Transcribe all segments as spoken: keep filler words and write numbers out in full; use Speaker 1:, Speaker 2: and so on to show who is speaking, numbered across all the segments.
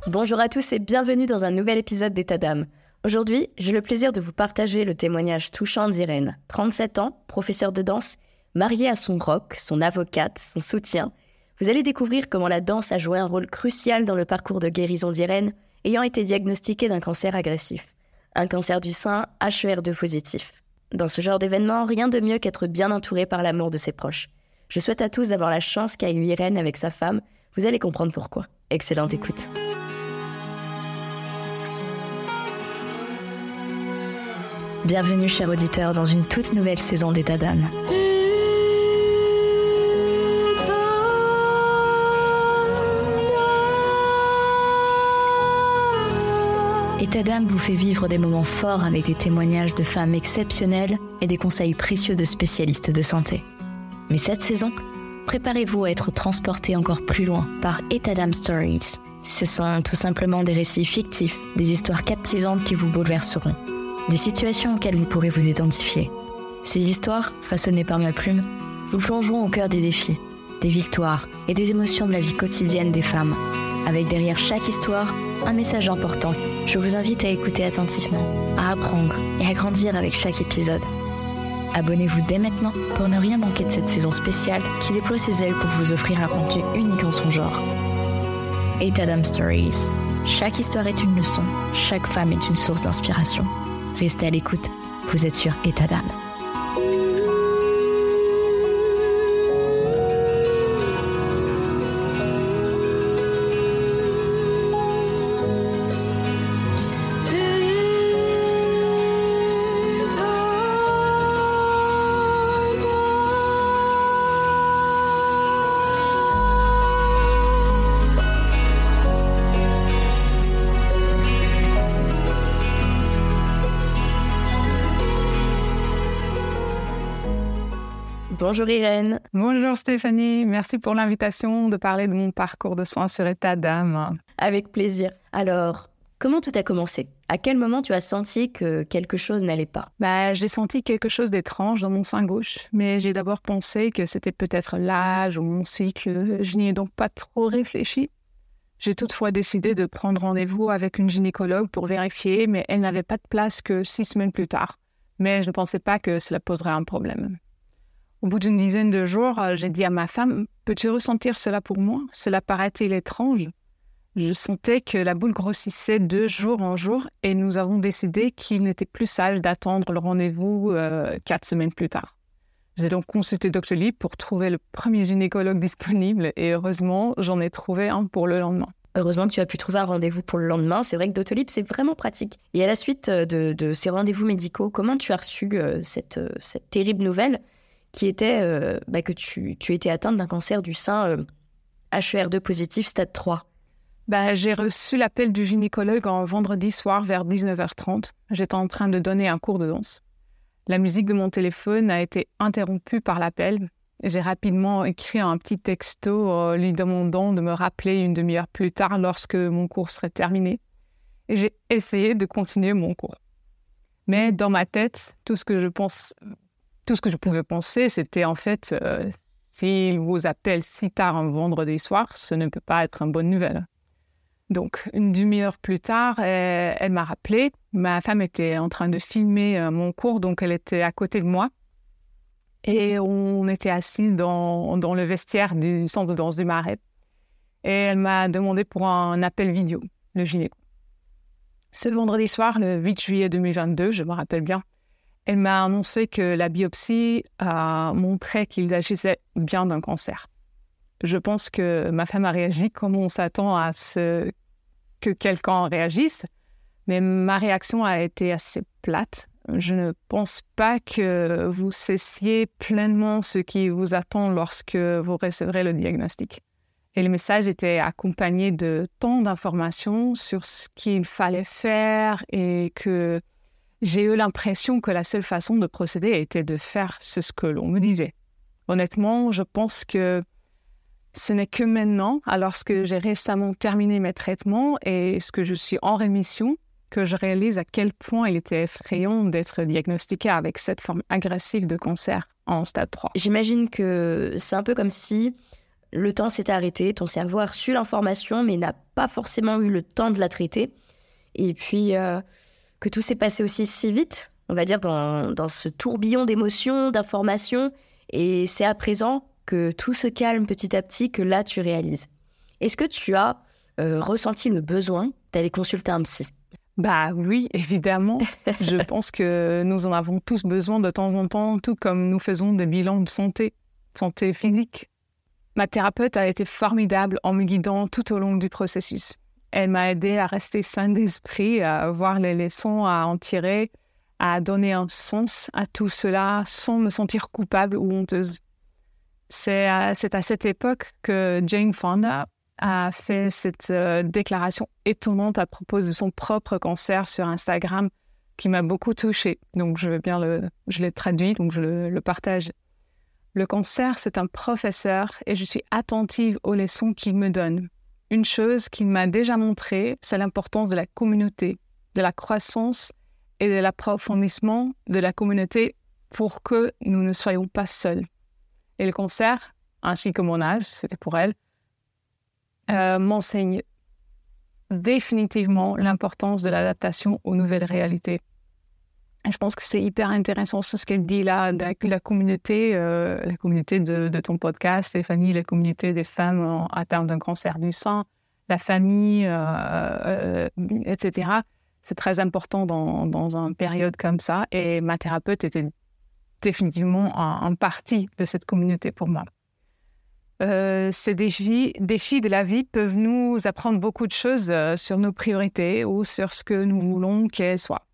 Speaker 1: Bonjour à tous et bienvenue dans un nouvel épisode d'État d'âme. Aujourd'hui, j'ai le plaisir de vous partager le témoignage touchant d'Irène, trente-sept ans, professeure de danse, mariée à son rock, son avocate, son soutien. Vous allez découvrir comment la danse a joué un rôle crucial dans le parcours de guérison d'Irène, ayant été diagnostiquée d'un cancer agressif. Un cancer du sein H E R deux positif. Dans ce genre d'événement, rien de mieux qu'être bien entouré par l'amour de ses proches. Je souhaite à tous d'avoir la chance qu'a eu Irène avec sa femme. Vous allez comprendre pourquoi. Excellente écoute. Bienvenue, chers auditeurs, dans une toute nouvelle saison d'État d'âme. État d'âme vous fait vivre des moments forts avec des témoignages de femmes exceptionnelles et des conseils précieux de spécialistes de santé. Mais cette saison, préparez-vous à être transportés encore plus loin par État d'âme Stories. Ce sont tout simplement des récits fictifs, des histoires captivantes qui vous bouleverseront. Des situations auxquelles vous pourrez vous identifier. Ces histoires, façonnées par ma plume, vous plongeront au cœur des défis, des victoires et des émotions de la vie quotidienne des femmes. Avec derrière chaque histoire, un message important. Je vous invite à écouter attentivement, à apprendre et à grandir avec chaque épisode. Abonnez-vous dès maintenant pour ne rien manquer de cette saison spéciale qui déploie ses ailes pour vous offrir un contenu unique en son genre. État d'âme Stories. Chaque histoire est une leçon, chaque femme est une source d'inspiration. Restez à l'écoute, vous êtes sur État d'âme. Bonjour Irène.
Speaker 2: Bonjour Stéphanie, merci pour l'invitation de parler de mon parcours de soins sur État d'âme.
Speaker 1: Avec plaisir. Alors, comment tout a commencé ? À quel moment tu as senti que quelque chose n'allait pas ?
Speaker 2: Bah, j'ai senti quelque chose d'étrange dans mon sein gauche, mais j'ai d'abord pensé que c'était peut-être l'âge ou mon cycle. Je n'y ai donc pas trop réfléchi. J'ai toutefois décidé de prendre rendez-vous avec une gynécologue pour vérifier, mais elle n'avait pas de place que six semaines plus tard. Mais je ne pensais pas que cela poserait un problème. Au bout d'une dizaine de jours, j'ai dit à ma femme « Peux-tu ressentir cela pour moi ? Cela paraît-il étrange ?» Je sentais que la boule grossissait de jour en jour et nous avons décidé qu'il n'était plus sage d'attendre le rendez-vous euh, quatre semaines plus tard. J'ai donc consulté Doctolib pour trouver le premier gynécologue disponible et heureusement, j'en ai trouvé un pour le lendemain.
Speaker 1: Heureusement que tu as pu trouver un rendez-vous pour le lendemain. C'est vrai que Doctolib, c'est vraiment pratique. Et à la suite de, de ces rendez-vous médicaux, comment tu as reçu euh, cette, euh, cette terrible nouvelle qui était euh, bah, que tu, tu étais atteinte d'un cancer du sein euh, H E R deux positif stade trois.
Speaker 2: Bah, j'ai reçu l'appel du gynécologue en vendredi soir vers dix-neuf heures trente. J'étais en train de donner un cours de danse. La musique de mon téléphone a été interrompue par l'appel. J'ai rapidement écrit un petit texto euh, lui demandant de me rappeler une demi-heure plus tard lorsque mon cours serait terminé. Et j'ai essayé de continuer mon cours. Mais dans ma tête, tout ce que je pense... Tout ce que je pouvais penser, c'était en fait, euh, s'il vous appelle si tard un vendredi soir, ce ne peut pas être une bonne nouvelle. Donc, une demi-heure plus tard, elle, elle m'a rappelé. Ma femme était en train de filmer euh, mon cours, donc elle était à côté de moi. Et on était assis dans, dans le vestiaire du centre de danse du Marais. Et elle m'a demandé pour un appel vidéo, le gynéco. Ce vendredi soir, le huit juillet deux mille vingt-deux, je me rappelle bien, elle m'a annoncé que la biopsie a montré qu'il agissait bien d'un cancer. Je pense que ma femme a réagi comme on s'attend à ce que quelqu'un réagisse, mais ma réaction a été assez plate. Je ne pense pas que vous cessiez pleinement ce qui vous attend lorsque vous recevrez le diagnostic. Et le message était accompagné de tant d'informations sur ce qu'il fallait faire et que j'ai eu l'impression que la seule façon de procéder était de faire ce que l'on me disait. Honnêtement, je pense que ce n'est que maintenant, alors que j'ai récemment terminé mes traitements et ce que je suis en rémission, que je réalise à quel point il était effrayant d'être diagnostiqué avec cette forme agressive de cancer en stade trois.
Speaker 1: J'imagine que c'est un peu comme si
Speaker 3: le temps s'est arrêté, ton cerveau a reçu l'information, mais n'a pas forcément eu le temps de la traiter. Et puis, euh, que tout s'est passé aussi si vite, on va dire, dans, dans ce tourbillon d'émotions, d'informations. Et c'est à présent que tout se calme petit à petit, que là, tu réalises. Est-ce que tu as euh, ressenti le besoin d'aller consulter un psy ?
Speaker 2: Bah oui, évidemment. Je pense que nous en avons tous besoin de temps en temps, tout comme nous faisons des bilans de santé, santé physique. Ma thérapeute a été formidable en me guidant tout au long du processus. Elle m'a aidée à rester saine d'esprit, à voir les leçons à en tirer, à donner un sens à tout cela sans me sentir coupable ou honteuse. C'est à, c'est à cette époque que Jane Fonda a fait cette euh, déclaration étonnante à propos de son propre cancer sur Instagram qui m'a beaucoup touchée. Donc, je veux bien le, je l'ai traduit, donc je le, le partage. Le cancer, c'est un professeur et je suis attentive aux leçons qu'il me donne. Une chose qu'il m'a déjà montrée, c'est l'importance de la communauté, de la croissance et de l'approfondissement de la communauté pour que nous ne soyons pas seuls. Et le cancer, ainsi que mon âge, c'était pour elle, euh, m'enseigne définitivement l'importance de l'adaptation aux nouvelles réalités. Et je pense que c'est hyper intéressant ce qu'elle dit là, la, la communauté, euh, la communauté de, de ton podcast, Stéphanie, la communauté des femmes atteintes d'un cancer du sein, la famille, euh, euh, et cetera. C'est très important dans, dans une période comme ça. Et ma thérapeute était définitivement en, en partie de cette communauté pour moi. Euh, ces défis, défis de la vie peuvent nous apprendre beaucoup de choses euh, sur nos priorités ou sur ce que nous voulons qu'elles soient.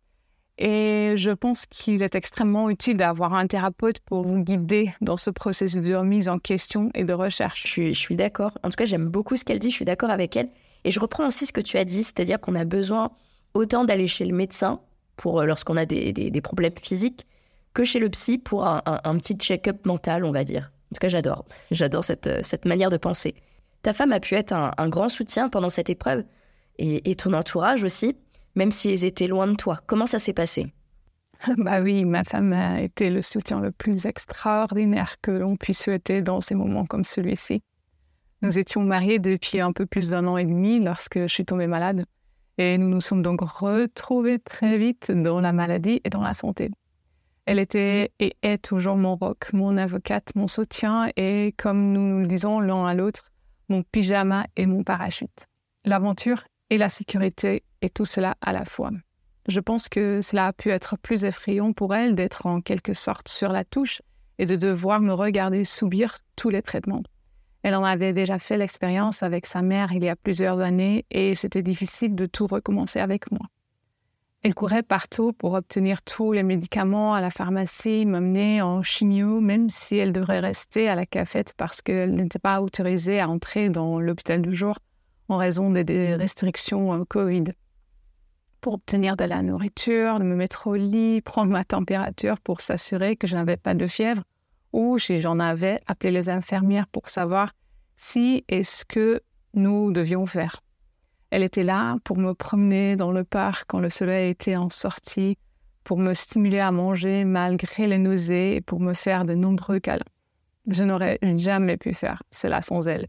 Speaker 2: Et je pense qu'il est extrêmement utile d'avoir un thérapeute pour vous guider dans ce processus de remise en question et de recherche.
Speaker 3: Je suis, je suis d'accord. En tout cas, j'aime beaucoup ce qu'elle dit. Je suis d'accord avec elle. Et je reprends aussi ce que tu as dit, c'est-à-dire qu'on a besoin autant d'aller chez le médecin pour lorsqu'on a des, des, des problèmes physiques que chez le psy pour un, un, un petit check-up mental, on va dire. En tout cas, j'adore. J'adore cette, cette manière de penser. Ta femme a pu être un, un grand soutien pendant cette épreuve et, et ton entourage aussi, même s'ils étaient loin de toi. Comment ça s'est passé ?
Speaker 2: Bah oui, ma femme a été le soutien le plus extraordinaire que l'on puisse souhaiter dans ces moments comme celui-ci. Nous étions mariés depuis un peu plus d'un an et demi lorsque je suis tombée malade. Et nous nous sommes donc retrouvés très vite dans la maladie et dans la santé. Elle était et est toujours mon roc, mon avocate, mon soutien et, comme nous nous le disons l'un à l'autre, mon pyjama et mon parachute. L'aventure et la sécurité et tout cela à la fois. Je pense que cela a pu être plus effrayant pour elle d'être en quelque sorte sur la touche et de devoir me regarder subir tous les traitements. Elle en avait déjà fait l'expérience avec sa mère il y a plusieurs années et c'était difficile de tout recommencer avec moi. Elle courait partout pour obtenir tous les médicaments à la pharmacie, m'emmener en chimio, même si elle devrait rester à la cafette parce qu'elle n'était pas autorisée à entrer dans l'hôpital du jour en raison des restrictions Covid. Pour obtenir de la nourriture, de me mettre au lit, prendre ma température pour s'assurer que je n'avais pas de fièvre, ou si j'en avais, appeler les infirmières pour savoir si et ce que nous devions faire. Elle était là pour me promener dans le parc quand le soleil était en sortie, pour me stimuler à manger malgré les nausées et pour me faire de nombreux câlins. Je n'aurais jamais pu faire cela sans elle.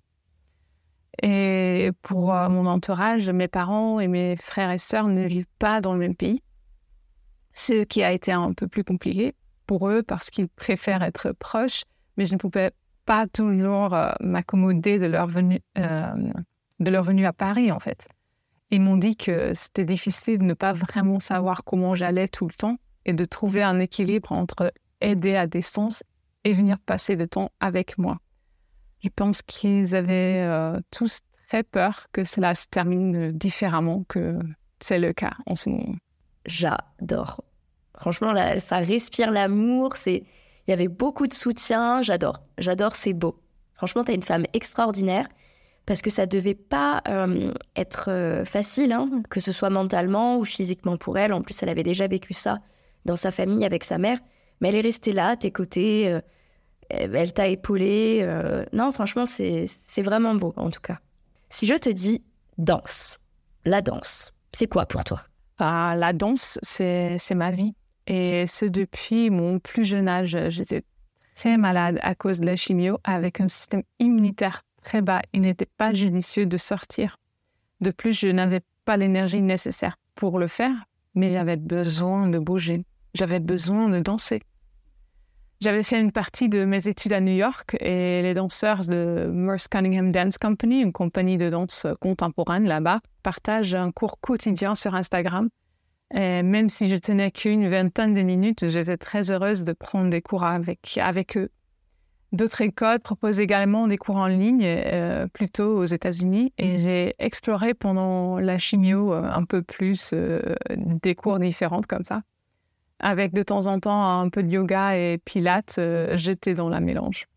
Speaker 2: Et pour euh, mon entourage, mes parents et mes frères et sœurs ne vivent pas dans le même pays, ce qui a été un peu plus compliqué pour eux parce qu'ils préfèrent être proches, mais je ne pouvais pas toujours euh, m'accommoder de leur venue, euh, de leur venue à Paris, en fait. Ils m'ont dit que c'était difficile de ne pas vraiment savoir comment j'allais tout le temps et de trouver un équilibre entre aider à distance et venir passer du temps avec moi. Je pense qu'ils avaient euh, tous très peur que cela se termine différemment que c'est le cas en ce moment.
Speaker 3: J'adore. Franchement, là, ça respire l'amour. C'est... Il y avait beaucoup de soutien. J'adore. J'adore, c'est beau. Franchement, tu as une femme extraordinaire parce que ça ne devait pas euh, être euh, facile, hein, que ce soit mentalement ou physiquement pour elle. En plus, elle avait déjà vécu ça dans sa famille avec sa mère. Mais elle est restée là, à tes côtés. Euh, elle t'a épaulée. Euh... Non, franchement, c'est, c'est vraiment beau, en tout cas. Si je te dis danse, la danse, c'est quoi pour toi ?
Speaker 2: Ah, la danse, c'est, c'est ma vie. Et c'est depuis mon plus jeune âge. J'étais très malade à cause de la chimio, avec un système immunitaire très bas. Il n'était pas judicieux de sortir. De plus, je n'avais pas l'énergie nécessaire pour le faire, mais j'avais besoin de bouger. J'avais besoin de danser. J'avais fait une partie de mes études à New York et les danseurs de Merce Cunningham Dance Company, une compagnie de danse contemporaine là-bas, partagent un cours quotidien sur Instagram. Et même si je tenais qu'une vingtaine de minutes, j'étais très heureuse de prendre des cours avec, avec eux. D'autres écoles proposent également des cours en ligne, euh, plutôt aux États-Unis, et j'ai exploré pendant la chimio euh, un peu plus euh, des cours différents comme ça. Avec de temps en temps un peu de yoga et pilates, euh, j'étais dans la mélange.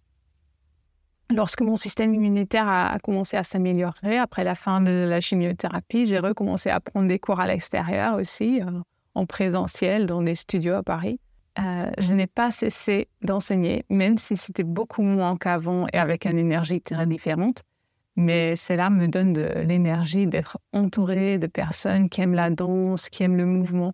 Speaker 2: Lorsque mon système immunitaire a, a commencé à s'améliorer après la fin de la chimiothérapie, j'ai recommencé à prendre des cours à l'extérieur aussi, euh, en présentiel, dans des studios à Paris. Euh, je n'ai pas cessé d'enseigner, même si c'était beaucoup moins qu'avant et avec une énergie très différente. Mais cela me donne de l'énergie d'être entourée de personnes qui aiment la danse, qui aiment le mouvement.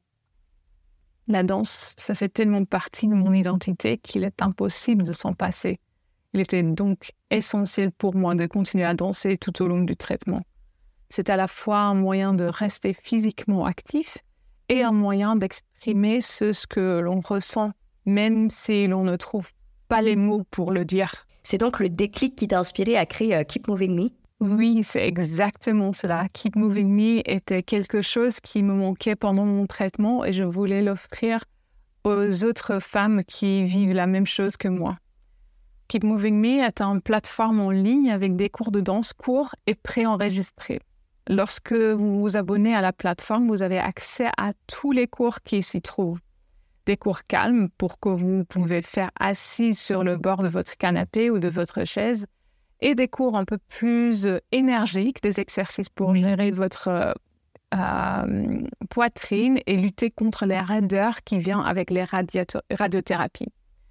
Speaker 2: La danse, ça fait tellement partie de mon identité qu'il est impossible de s'en passer. Il était donc essentiel pour moi de continuer à danser tout au long du traitement. C'est à la fois un moyen de rester physiquement actif et un moyen d'exprimer ce, ce que l'on ressent, même si l'on ne trouve pas les mots pour le dire.
Speaker 3: C'est donc le déclic qui t'a inspiré à créer uh, Keep Moving Me?
Speaker 2: Oui, c'est exactement cela. Keep Moving Me était quelque chose qui me manquait pendant mon traitement et je voulais l'offrir aux autres femmes qui vivent la même chose que moi. Keep Moving Me est une plateforme en ligne avec des cours de danse courts et préenregistrés. Lorsque vous vous abonnez à la plateforme, vous avez accès à tous les cours qui s'y trouvent. Des cours calmes pour que vous pouvez faire assis sur le bord de votre canapé ou de votre chaise, et des cours un peu plus euh, énergiques, des exercices pour gérer votre euh, euh, poitrine et lutter contre les raideurs qui viennent avec les radiato- radiothérapies.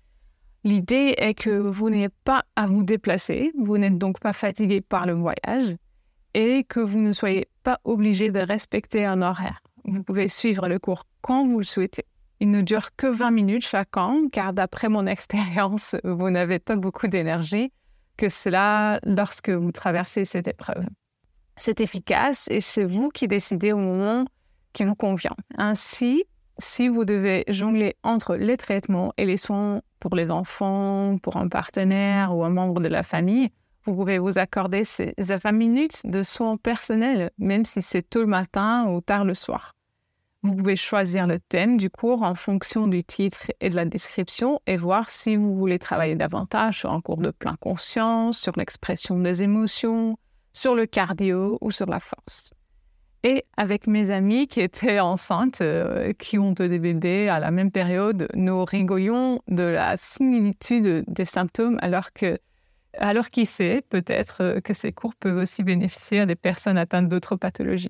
Speaker 2: L'idée est que vous n'ayez pas à vous déplacer, vous n'êtes donc pas fatigué par le voyage et que vous ne soyez pas obligé de respecter un horaire. Vous pouvez suivre le cours quand vous le souhaitez. Il ne dure que vingt minutes chacun, car d'après mon expérience, vous n'avez pas beaucoup d'énergie que cela lorsque vous traversez cette épreuve. C'est efficace et c'est vous qui décidez au moment qui vous convient. Ainsi, si vous devez jongler entre les traitements et les soins pour les enfants, pour un partenaire ou un membre de la famille, vous pouvez vous accorder ces vingt minutes de soins personnels, même si c'est tôt le matin ou tard le soir. Vous pouvez choisir le thème du cours en fonction du titre et de la description et voir si vous voulez travailler davantage sur un cours de pleine conscience, sur l'expression des émotions, sur le cardio ou sur la force. Et avec mes amies qui étaient enceintes, euh, qui ont des bébés à la même période, nous rigolions de la similitude des symptômes alors que, alors qui sait, peut-être que ces cours peuvent aussi bénéficier à des personnes atteintes d'autres pathologies.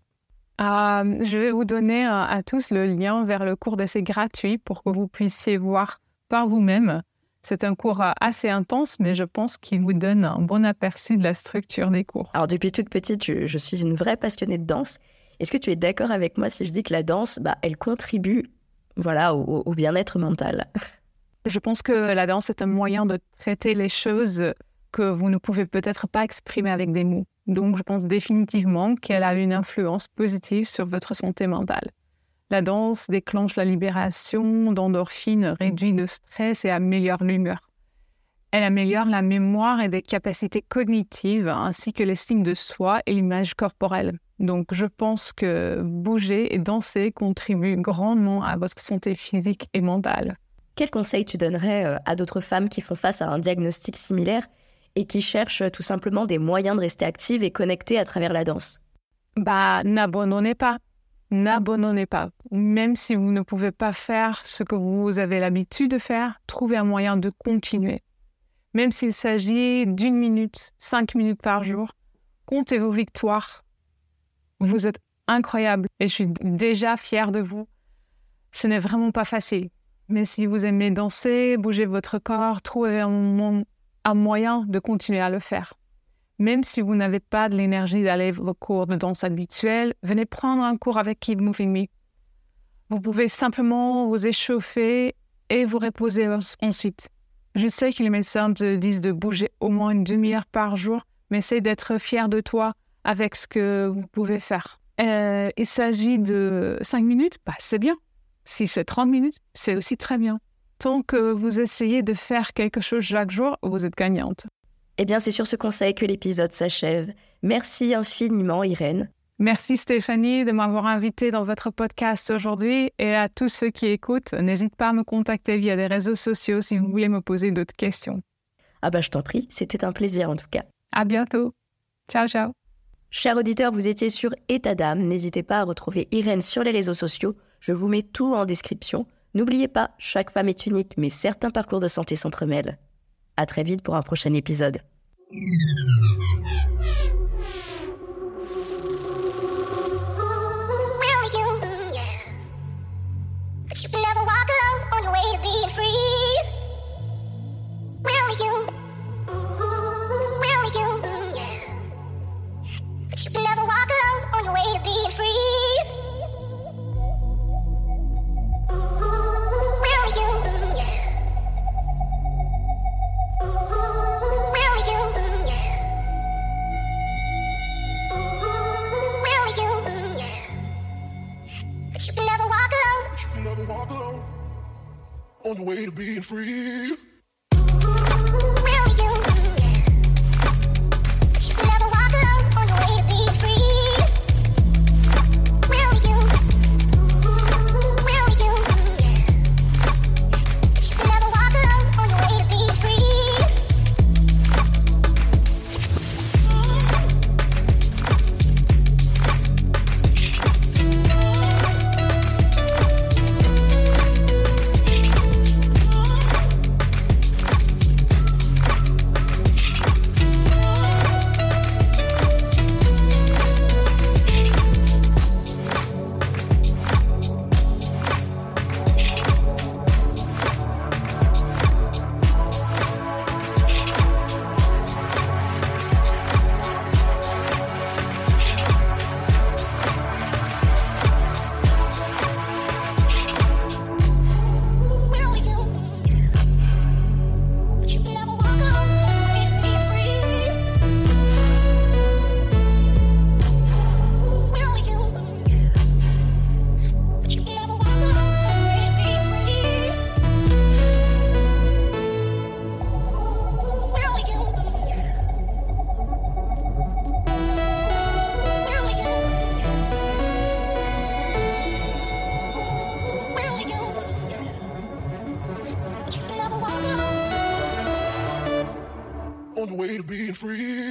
Speaker 2: Euh, je vais vous donner euh, à tous le lien vers le cours d'essai gratuit pour que vous puissiez voir par vous-même. C'est un cours euh, assez intense, mais je pense qu'il vous donne un bon aperçu de la structure des cours.
Speaker 3: Alors depuis toute petite, je, je suis une vraie passionnée de danse. Est-ce que tu es d'accord avec moi si je dis que la danse, bah, elle contribue voilà, au, au bien-être mental?
Speaker 2: Je pense que la danse est un moyen de traiter les choses que vous ne pouvez peut-être pas exprimer avec des mots. Donc, je pense définitivement qu'elle a une influence positive sur votre santé mentale. La danse déclenche la libération d'endorphines, réduit le stress et améliore l'humeur. Elle améliore la mémoire et des capacités cognitives, ainsi que l'estime de soi et l'image corporelle. Donc, je pense que bouger et danser contribuent grandement à votre santé physique et mentale.
Speaker 3: Quel conseil tu donnerais à d'autres femmes qui font face à un diagnostic similaire et qui cherchent tout simplement des moyens de rester actives et connectées à travers la danse?
Speaker 2: Bah, n'abandonnez pas. N'abandonnez pas. Même si vous ne pouvez pas faire ce que vous avez l'habitude de faire, trouvez un moyen de continuer. Même s'il s'agit d'une minute, cinq minutes par jour, comptez vos victoires. Vous êtes incroyable et je suis déjà fière de vous. Ce n'est vraiment pas facile. Mais si vous aimez danser, bouger votre corps, trouvez un moment un moyen de continuer à le faire. Même si vous n'avez pas de l'énergie d'aller aux cours de danse habituels, venez prendre un cours avec Keep Moving Me. Vous pouvez simplement vous échauffer et vous reposer ensuite. Je sais que les médecins te disent de bouger au moins une demi-heure par jour, mais essaie d'être fier de toi avec ce que vous pouvez faire. Euh, il s'agit de cinq minutes, bah, c'est bien. Si c'est trente minutes, c'est aussi très bien. Tant que vous essayez de faire quelque chose chaque jour, vous êtes gagnante.
Speaker 3: Eh bien, c'est sur ce conseil que l'épisode s'achève. Merci infiniment, Irène.
Speaker 2: Merci Stéphanie de m'avoir invitée dans votre podcast aujourd'hui et à tous ceux qui écoutent, n'hésite pas à me contacter via les réseaux sociaux si vous voulez me poser d'autres questions.
Speaker 3: Ah bah je t'en prie, c'était un plaisir en tout cas.
Speaker 2: À bientôt. Ciao, ciao.
Speaker 3: Chers auditeurs, vous étiez sur État d'âme. N'hésitez pas à retrouver Irène sur les réseaux sociaux. Je vous mets tout en description. N'oubliez pas, chaque femme est unique, mais certains parcours de santé s'entremêlent. À très vite pour un prochain épisode.
Speaker 4: On the way to being free. On the way to being free.